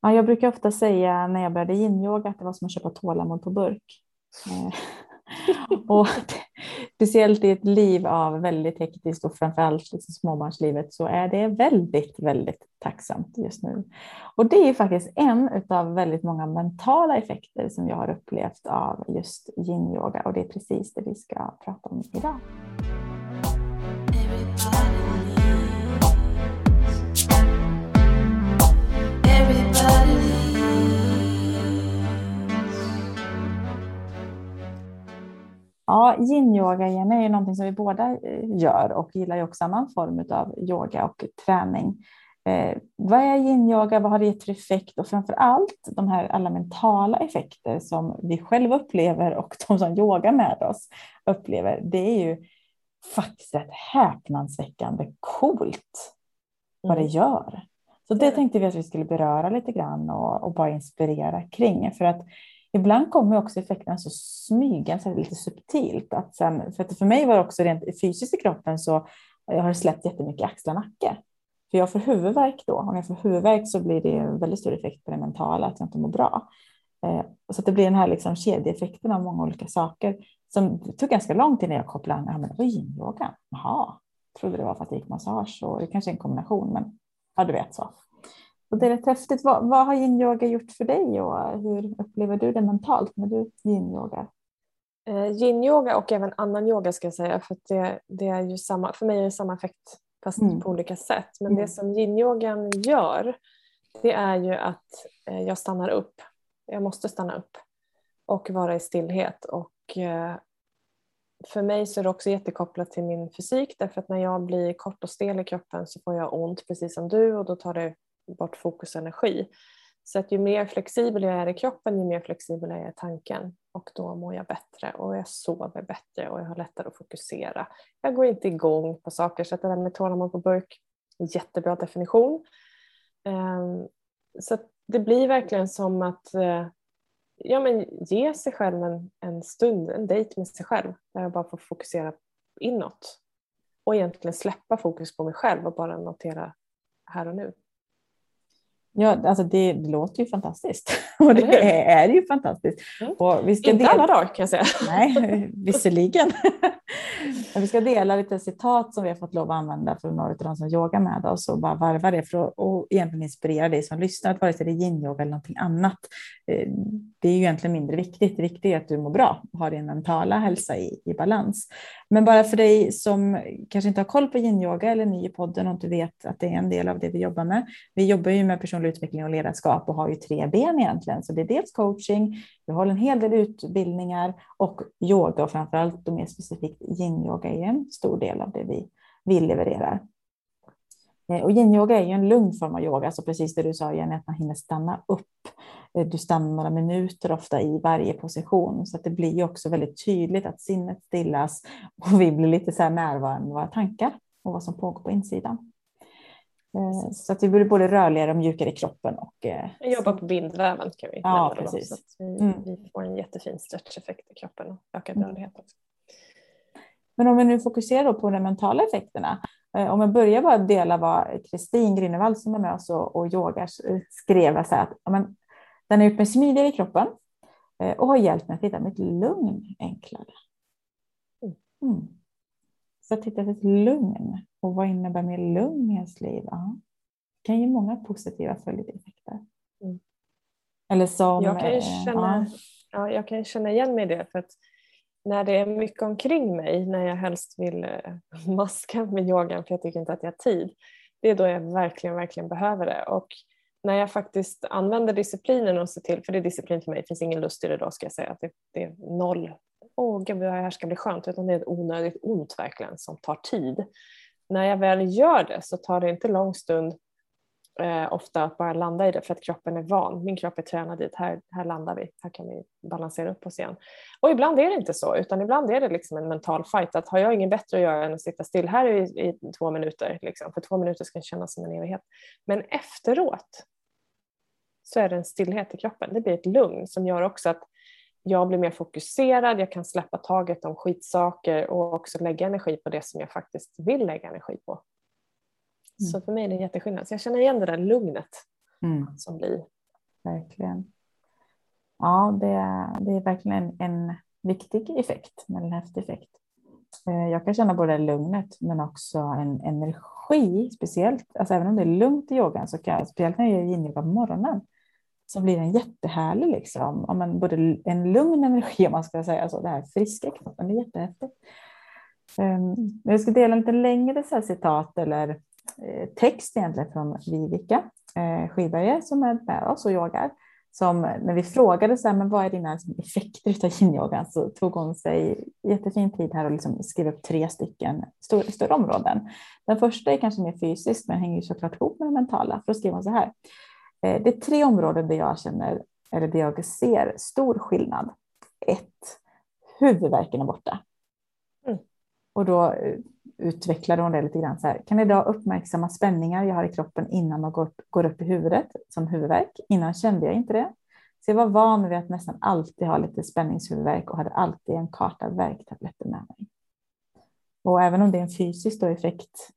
Ja, jag brukar ofta säga när jag började yin-yoga att det var som att köpa tålamod på burk. Eh, Och speciellt i ett liv av väldigt hektiskt och framförallt liksom småbarnslivet så är det väldigt, väldigt tacksamt just nu. Och det är faktiskt en av väldigt många mentala effekter som jag har upplevt av just yin-yoga och det är precis det vi ska prata om idag. Ja, yin-yoga igen är ju någonting som vi båda gör och gillar ju också annan form av yoga och träning. Vad är yin-yoga? Vad har det gett för effekt? Och framför allt de här alla mentala effekter som vi själva upplever och de som yogar med oss upplever. Det är ju faktiskt rätt häpnadsväckande coolt vad det gör. Så det tänkte vi att vi skulle beröra lite grann och bara inspirera kring. För att ibland kommer också effekterna så smyga, så lite subtilt. Att sen, för mig var det också rent fysiskt i kroppen så jag har släppt jättemycket axlar och nacke. För jag får huvudvärk då. Om jag får huvudvärk så blir det en väldigt stor effekt på det mentala, att jag inte mår bra. Så att det blir den här liksom kedjeeffekten av många olika saker. Som det tog ganska lång tid när jag kopplade an. Ja, men det var yin-yoga. Jaha, trodde det var för att det gick massage. Och det kanske är en kombination, men ja, du vet så. Och det är rätt häftigt. Vad har yin-yoga gjort för dig och hur upplever du det mentalt när du yin-yogar? Yin-yoga och även annan yoga ska jag säga. För att det är ju samma, för mig är det samma effekt fast på olika sätt. Men det som yin-yogan gör det är ju att jag stannar upp. Jag måste stanna upp och vara i stillhet. Och för mig så är det också jättekopplat till min fysik. Därför att när jag blir kort och stel i kroppen så får jag ont precis som du. Och då tar det bort fokus och energi. Så att ju mer flexibel jag är i kroppen, ju mer flexibel jag är i tanken. Och då mår jag bättre och jag sover bättre och jag har lättare att fokusera. Jag går inte igång på saker, så att det där med tålamod på burk är en jättebra definition. Så att det blir verkligen som att ge sig själv en stund, en dejt med sig själv. Där jag bara får fokusera inåt. Och egentligen släppa fokus på mig själv och bara notera här och nu. Ja, alltså det låter ju fantastiskt. Och det är ju fantastiskt. Och vi ska inte alla dagar kan jag säga. Nej, visserligen. Men vi ska dela lite citat som vi har fått lov att använda för några av de som yogar med oss och bara varva det för att egentligen inspirera dig som lyssnar, att vare sig det är yin-yoga eller någonting annat. Det är ju egentligen mindre viktigt. Det viktiga är att du mår bra och har din mentala hälsa i balans. Men bara för dig som kanske inte har koll på yin-yoga eller ny i podden och inte vet att det är en del av det vi jobbar med. Vi jobbar ju med personlig utveckling och ledarskap och har ju 3 ben egentligen. Så det är dels coaching, vi håller en hel del utbildningar och yoga och framförallt och mer specifikt yin-yoga är en stor del av det vi levererar. Och yin-yoga är ju en lugn form av yoga, så precis det du sa Jenny, att man hinner stanna upp. Du stannar några minuter ofta i varje position, så att det blir ju också väldigt tydligt att sinnet stillas och vi blir lite så här närvarande med våra tankar och vad som pågår på insidan. Så att vi blir både rörligare och mjukare i kroppen. Och jag jobbar på bindväven kan vi ja, precis. Så att vi får en jättefin stretcheffekt i kroppen och ökad rörlighet också. Men om vi nu fokuserar på de mentala effekterna. Om jag börjar bara dela vad Kristin Grünewald som är med oss och yogar skrev så här att den har gjort mig smidigare i kroppen och har hjälpt mig att hitta mitt lugn enklare. Så att hitta ett lugn. Och vad innebär mer lugn i ens liv? Ja. Det kan ge många positiva följdeffekter. Eller som... Jag kan känna igen mig i det. För att när det är mycket omkring mig, när jag helst vill maska med yogan för jag tycker inte att jag har tid. Det är då jag verkligen, verkligen behöver det. Och när jag faktiskt använder disciplinen och ser till, för det är disciplin för mig, det finns ingen lust i det då ska jag säga. Att det är noll, gud det här ska bli skönt, utan det är ett onödigt ont verkligen som tar tid. När jag väl gör det så tar det inte lång stund ofta att bara landa i det för att kroppen är van. Min kropp är tränad dit, här landar vi, här kan vi balansera upp oss igen. Och ibland är det inte så, utan ibland är det liksom en mental fight att har jag ingen bättre att göra än att sitta still här i 2 minuter, liksom. För 2 minuter ska kännas som en evighet. Men efteråt så är det en stillhet i kroppen. Det blir ett lugn som gör också att jag blir mer fokuserad, jag kan släppa taget om skitsaker och också lägga energi på det som jag faktiskt vill lägga energi på. Så för mig är det en jätteskillnad. Så jag känner igen det där lugnet som blir verkligen. Ja, det är verkligen en viktig effekt, en häftig effekt. Jag kan känna både lugnet men också en energi, speciellt, alltså även om det är lugnt i yogan så kan jag, speciellt när jag gör yin-yoga på morgonen, så blir den jättehärlig liksom. Om man, både en lugn energi om man ska säga så, det här friska kroppen, det är jättehäftigt. Jag ska dela en lite längre så här citat eller text egentligen från Viveka Skyberger som är med oss och yogar. Som när vi frågade så här, men vad är dina effekter av yin-yogan, så tog hon sig jättefin tid här och liksom skrev upp 3 stycken större områden. Den första är kanske mer fysisk men hänger ju såklart ihop med det mentala. För då skrev hon så här: det är 3 områden där jag känner, eller där jag ser stor skillnad. 1. Huvudvärken är borta. Och då utvecklade hon det lite grann så här: kan idag uppmärksamma spänningar jag har i kroppen innan de går upp i huvudet som huvudvärk. Innan kände jag inte det. Så jag var van vid att nästan alltid ha lite spänningshuvudvärk och hade alltid en karta värktabletter med mig. Och även om det är en fysisk effekt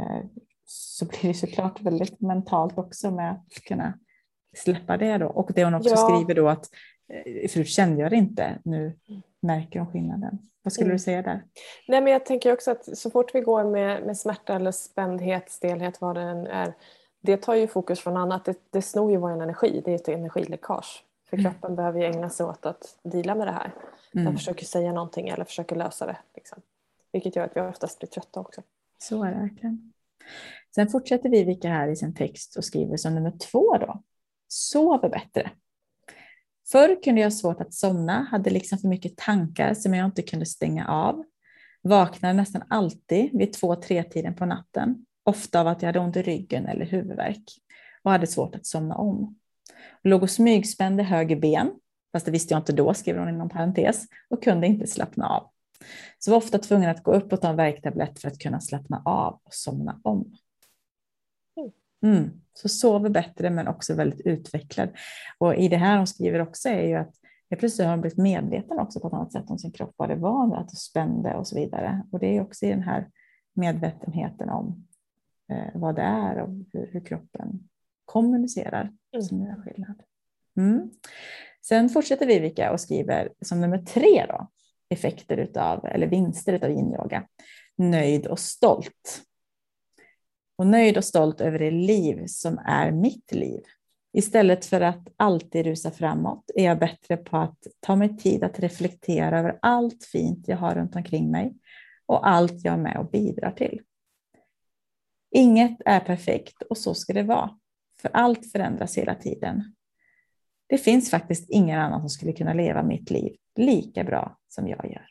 så blir det såklart väldigt mentalt också med att kunna släppa det då. Och det hon också skriver då att förut kände jag det inte, nu märker hon skillnaden. Vad skulle du säga där? Nej, men jag tänker också att så fort vi går med smärta eller spändhet, stelhet, vad det än är, det tar ju fokus från annat. Det snor ju vår energi, det är ett energiläckage. För kroppen behöver ju ägna sig åt att dela med det här. Den försöker säga någonting eller försöker lösa det. Liksom. Vilket gör att vi oftast blir trötta också. Så är det verkligen. Sen fortsätter Viveka här i sin text och skriver som nummer 2 då. Sov bättre. Förr kunde jag ha svårt att somna, hade liksom för mycket tankar som jag inte kunde stänga av. Vaknade nästan alltid vid 2-3-tiden på natten. Ofta av att jag hade ont i ryggen eller huvudvärk. Och hade svårt att somna om. Låg och smygspände höger ben. Fast det visste jag inte då, skriver hon inom parentes. Och kunde inte slappna av. Så var ofta tvungen att gå upp och ta en värktablett för att kunna slappna av och somna om. Så sover bättre men också väldigt utvecklad. Och i det här hon skriver också är ju att jag plötsligt har blivit medveten också på ett annat sätt om sin kropp, vad det var, att det spände och så vidare. Och det är också i den här medvetenheten om vad det är och hur kroppen kommunicerar som är skillnad. Sen fortsätter Viveka och skriver som nummer 3 då, effekter utav, eller vinster utav yin-yoga. Nöjd och stolt. Och nöjd och stolt över det liv som är mitt liv. Istället för att alltid rusa framåt är jag bättre på att ta mig tid att reflektera över allt fint jag har runt omkring mig och allt jag är med och bidrar till. Inget är perfekt och så ska det vara, för allt förändras hela tiden. Det finns faktiskt ingen annan som skulle kunna leva mitt liv lika bra som jag gör.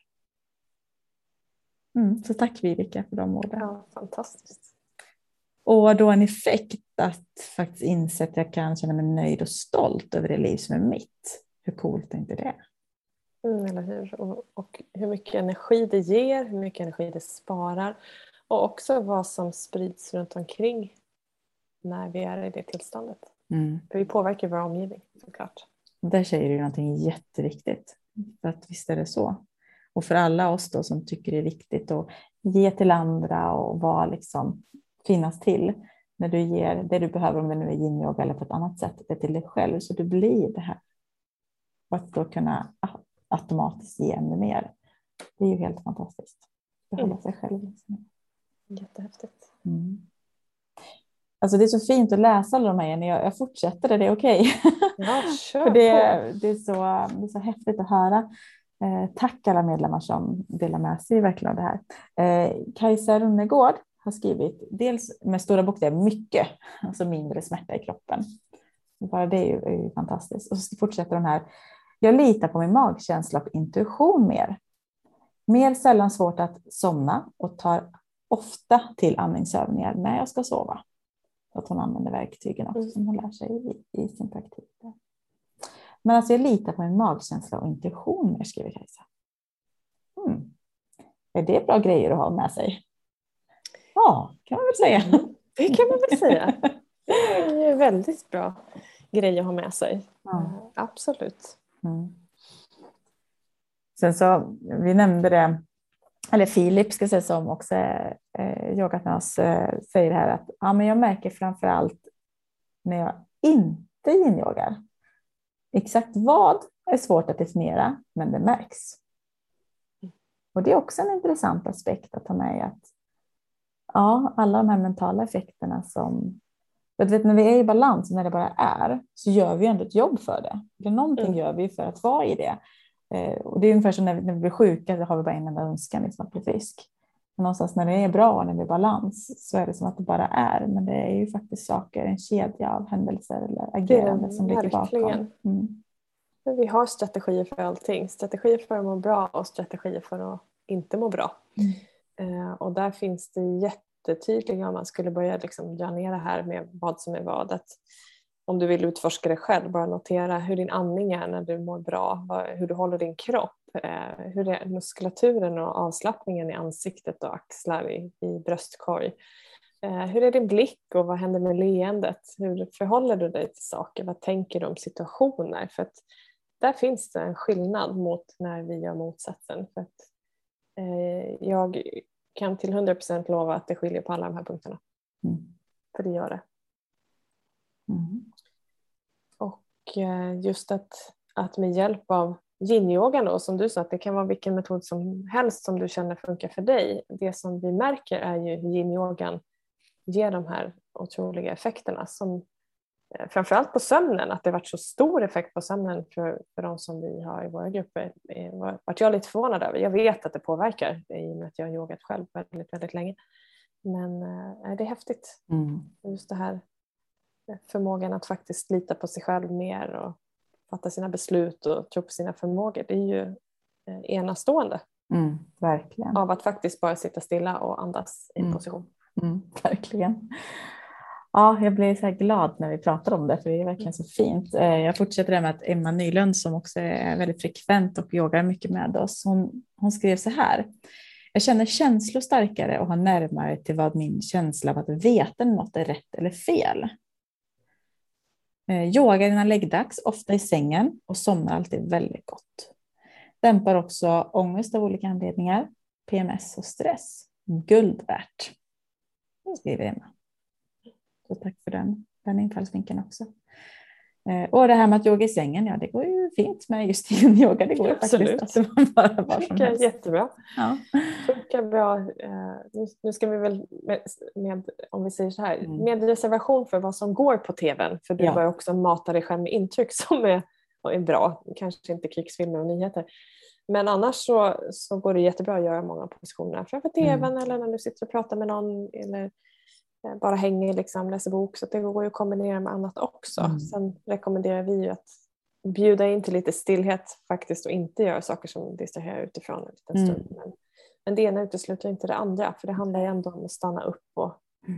Så tack Viveka för de orden. Ja, fantastiskt. Och då en effekt att faktiskt inse att jag kan känna mig nöjd och stolt över det liv som är mitt. Hur coolt är inte det? Eller hur? Och hur mycket energi det ger, hur mycket energi det sparar. Och också vad som sprids runt omkring när vi är i det tillståndet. För vi påverkar vår omgivning såklart. Där säger du någonting jätteviktigt. För att visst är det så. Och för alla oss då som tycker det är viktigt att ge till andra och vara liksom finnas till när du ger det du behöver, om det nu är yin-yoga eller på ett annat sätt, det till dig själv så du blir det här. Och att då kunna automatiskt ge ännu mer. Det är ju helt fantastiskt. Behålla sig själv. Jättehäftigt. Alltså det är så fint att läsa alla de här igen. Jag fortsätter, det är okej. Ja, kör för det är så häftigt att höra. Tack alla medlemmar som delar med sig verkligen av det här. Kajsa Runnegård har skrivit, dels med stora bokstäver mycket, alltså mindre smärta i kroppen. Bara det är ju fantastiskt. Och så fortsätter de här. Jag litar på min magkänsla och intuition mer. Mer sällan svårt att somna och tar ofta till andningsövningar när jag ska sova. Att hon använder verktygen också som hon lär sig i sin praktik. Men alltså jag litar på min magkänsla och intuition mer, skriver Kajsa. Är det bra grejer att ha med sig? Ja, kan man väl säga. Det kan man väl säga. Det är en väldigt bra grej att ha med sig. Absolut. Sen så, vi nämnde det, eller Filip ska säga som också yogat med oss, säger här att men jag märker framförallt när jag inte yin-yogar Exakt vad är svårt att definiera, men det märks. Och det är också en intressant aspekt att ta med, att ja, alla de här mentala effekterna som... För att vet, när vi är i balans, när det bara är, så gör vi ändå ett jobb för det. För någonting gör vi för att vara i det. Och det är ungefär som när vi blir sjuka, så har vi bara en enda önskan, liksom att bli frisk. Men någonstans när det är bra, när vi är i balans, så är det som att det bara är. Men det är ju faktiskt saker, en kedja av händelser eller agerande som ligger bakom. Vi har strategier för allting. Strategier för att må bra och strategier för att inte må bra. Och där finns det jättetydliga, om man skulle börja liksom dra ner det här med vad som är vad. Att om du vill utforska det själv, bara notera hur din andning är när du mår bra. Hur du håller din kropp. Hur det är muskulaturen och avslappningen i ansiktet och axlar i bröstkorg. Hur är din blick och vad händer med leendet? Hur förhåller du dig till saker? Vad tänker du om situationer? För att där finns det en skillnad mot när vi gör motsatsen. För att, jag kan till 100% lova att det skiljer på alla de här punkterna. För det gör det. Och just att med hjälp av yin-yoga då, som du sa, att det kan vara vilken metod som helst som du känner funkar för dig. Det som vi märker är ju hur yin-yogan ger de här otroliga effekterna, som framförallt på sömnen, att det varit så stor effekt på sömnen för de som vi har i våra grupper, vart jag lite förvånad över. Jag vet att det påverkar i och med att jag har yogat själv väldigt, väldigt länge. Men det är häftigt. Just det här förmågan att faktiskt lita på sig själv mer och fatta sina beslut och tro på sina förmågor. Det är ju enastående. Verkligen. Av att faktiskt bara sitta stilla och andas i en position. Verkligen. Ja, jag blir så här glad när vi pratar om det, för det är verkligen så fint. Jag fortsätter det med att Emma Nylund, som också är väldigt frekvent och yogar mycket med oss, hon skrev så här: jag känner känslor starkare och har närmare till vad min känsla av att veta något är rätt eller fel. Yogar innan läggdags, ofta i sängen, och somnar alltid väldigt gott. Dämpar också ångest av olika anledningar, PMS och stress. Guld värt, skriver Emma. Så tack för den infallsvinkeln också. Och det här med att yoga i sängen, ja, det går ju fint med just yoga. Det går ju faktiskt att man bara var som helst. Jättebra. Ja. Funkar bra. Nu ska vi väl om vi säger så här, med reservation för vad som går på tvn, för du bör också mata dig själv med intryck som är bra. Kanske inte krigsfilmer och nyheter. Men annars så går det jättebra att göra många positioner framför tvn eller när du sitter och pratar med någon eller bara hänger liksom, läser bok, så det går ju att kombinera med annat också. Sen rekommenderar vi ju att bjuda in till lite stillhet faktiskt och inte göra saker som distraherar utifrån en liten stund. Men det ena utesluter inte det andra, för det handlar ju ändå om att stanna upp och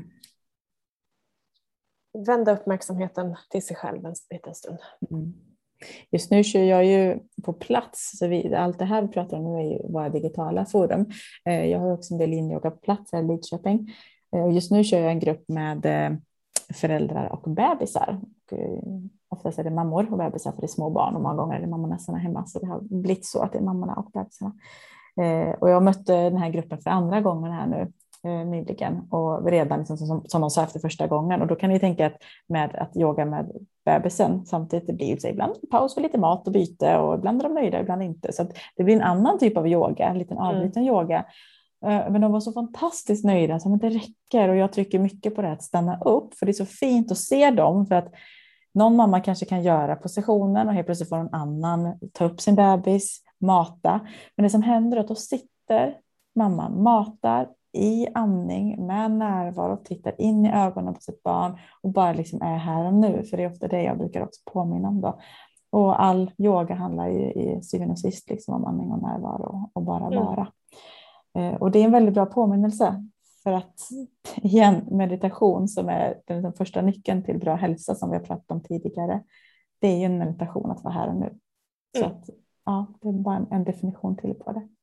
vända uppmärksamheten till sig själv en liten stund. Just nu kör jag ju på plats, så allt det här vi pratar om nu är ju våra digitala forum. Jag har också en del yin-yoga på plats här i Lidköping. Just nu kör jag en grupp med föräldrar och bebisar. Oftast är det mammor och bebisar, för det är små barn, och många gånger är det mammorna som är hemma. Så det har blivit så att det är mammorna och bebisarna. Och jag mötte den här gruppen för andra gången här nu nyligen, och redan liksom som de sa efter första gången. Och då kan ni tänka att yoga med bebisen samtidigt, det blir ju ibland paus för lite mat och byte, och ibland är de nöjda, ibland inte. Så att det blir en annan typ av yoga, en liten avbruten yoga. Men de var så fantastiskt nöjda, så det räcker. Och jag trycker mycket på det, att stanna upp, för det är så fint att se dem. För att någon mamma kanske kan göra positionen och helt plötsligt får någon annan ta upp sin bebis, mata. Men det som händer är att då sitter mamman, matar i andning med närvaro, tittar in i ögonen på sitt barn och bara liksom är här och nu. För det är ofta det jag brukar också påminna om då. Och all yoga handlar ju i syvende och sist liksom om andning och närvaro och bara vara. Och det är en väldigt bra påminnelse, för att igen, meditation som är den första nyckeln till bra hälsa som vi har pratat om tidigare, det är ju en meditation att vara här och nu. Så att, ja, det är bara en definition till på det.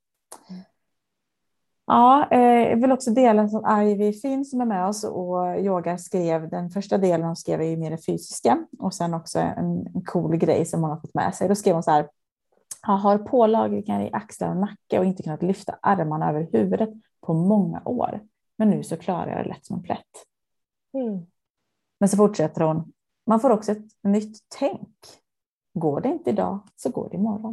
Ja, jag vill också dela som Ivy Finn som är med oss och yoga skrev, den första delen hon skrev är ju mer det fysiska, och sen också en cool grej som hon har fått med sig. Då skrev hon så här: jag har pålagringar i axlar och nacke och inte kunnat lyfta armarna över huvudet på många år. Men nu så klarar jag det lätt som en plätt. Men så fortsätter hon: man får också ett nytt tänk. går det inte idag så går det imorgon.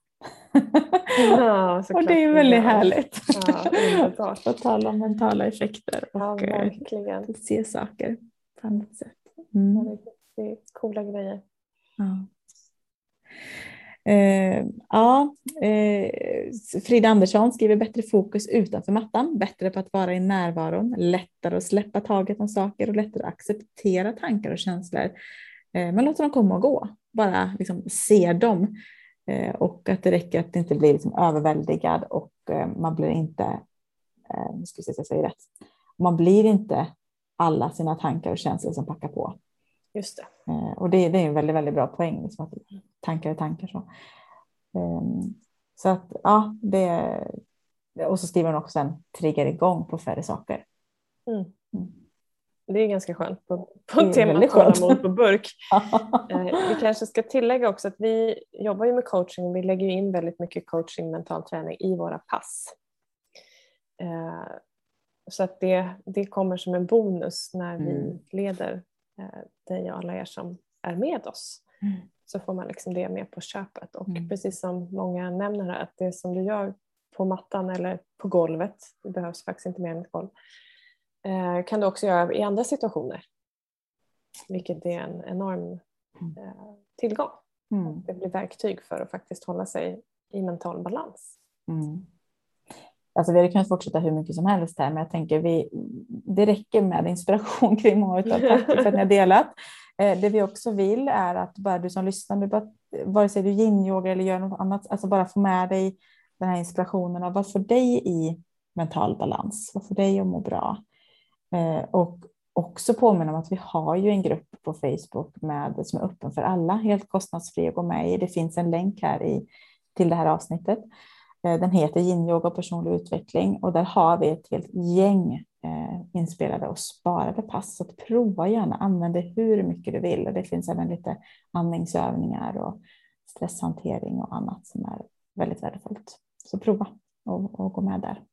Ja, och det är väldigt härligt. Ja, underbart. Att tala om mentala effekter och Ja, verkligen. se saker på annat sätt. Ja, det är coola grejer. Ja. Frida Andersson skriver bättre fokus utanför mattan, bättre på att vara i närvaron, lättare att släppa taget om saker och lättare att acceptera tankar och känslor. Men låter dem komma och gå, bara liksom se dem och att det räcker att det inte blir liksom överväldigad och man blir inte, man blir inte alla sina tankar och känslor som packar på. Just det. Och det är en väldigt, väldigt bra poäng. Liksom att tankar är tankar. Så att, ja, och så skriver hon också en triggar igång på färre saker. Det är ganska skönt på temat tålamod på burk. Vi kanske ska tillägga också att vi jobbar ju med coaching och vi lägger in väldigt mycket coaching, mental träning i våra pass. Så att det kommer som en bonus när vi leder dig och alla er som är med oss. Så får man liksom det med på köpet. Och precis som många nämner här, att det som du gör på mattan eller på golvet, det behövs faktiskt inte mer än ett golv, kan du också göra i andra situationer. Vilket är en enorm tillgång. Det blir verktyg för att faktiskt hålla sig i mental balans. Alltså vi hade kunnat fortsätta hur mycket som helst här, men jag tänker det räcker med inspiration kring många utav. Tack för att ni har delat. Det vi också vill är att bara du som lyssnar, vare sig du yin-yoga eller gör något annat, alltså bara få med dig den här inspirationen av vad får dig i mental balans, vad får dig att må bra. Och också påminna om att vi har ju en grupp på Facebook som är öppen för alla, helt kostnadsfri att gå med i. Det finns en länk här till det här avsnittet. Den heter Yin-yoga och personlig utveckling och där har vi ett helt gäng inspelade och sparade pass. Så att prova gärna, använd det hur mycket du vill. Och det finns även lite andningsövningar och stresshantering och annat som är väldigt värdefullt. Så prova och gå med där.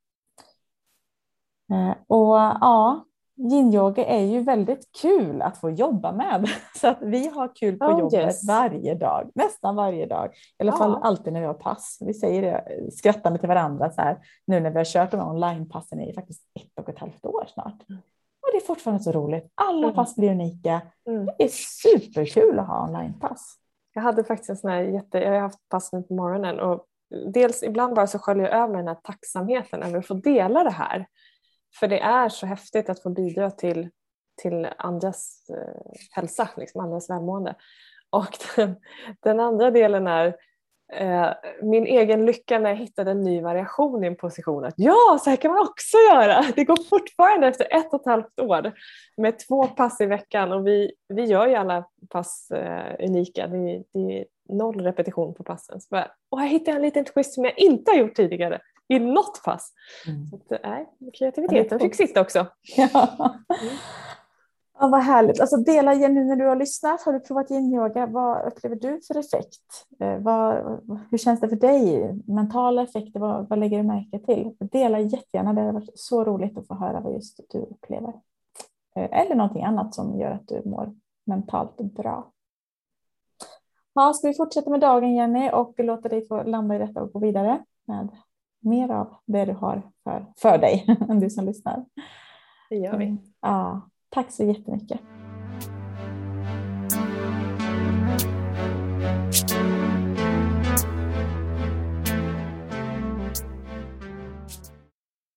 Och ja, yin-yoga är ju väldigt kul att få jobba med. Så att vi har kul på jobbet varje dag, nästan varje dag. I alla fall alltid när vi har pass. Vi säger det skrattande till varandra så här, nu när vi har kört de här online-passen i faktiskt 1,5 år snart. Och det är fortfarande så roligt. Alla pass blir unika. Det är superkul att ha online-pass. Jag hade faktiskt en sån här jag har haft pass nu på morgonen och dels ibland bara så sköljer jag över den här tacksamheten över att få dela det här. För det är så häftigt att få bidra till andras hälsa, liksom andras välmående. Och den andra delen är min egen lycka när jag hittade en ny variation i en position. Att ja, så här kan man också göra. Det går fortfarande efter 1,5 år med 2 pass i veckan. Och vi gör ju alla pass unika. Det är 0 repetition på passen. Så jag hittade en liten twist som jag inte har gjort tidigare i något pass. Så att, kreativiteten fick sitta också. Ja, vad härligt. Alltså, dela igen nu när du har lyssnat. Har du provat yin-yoga? Vad upplever du för effekt? Hur känns det för dig? Mentala effekter, vad lägger du märke till? Dela jättegärna. Det har varit så roligt att få höra vad just du upplever. Eller någonting annat som gör att du mår mentalt bra. Ja, ska vi fortsätta med dagen, Jenny, och låta dig få landa i detta och gå vidare med mer av det du har för dig än du som lyssnar. Det gör vi. Ja, tack så jättemycket.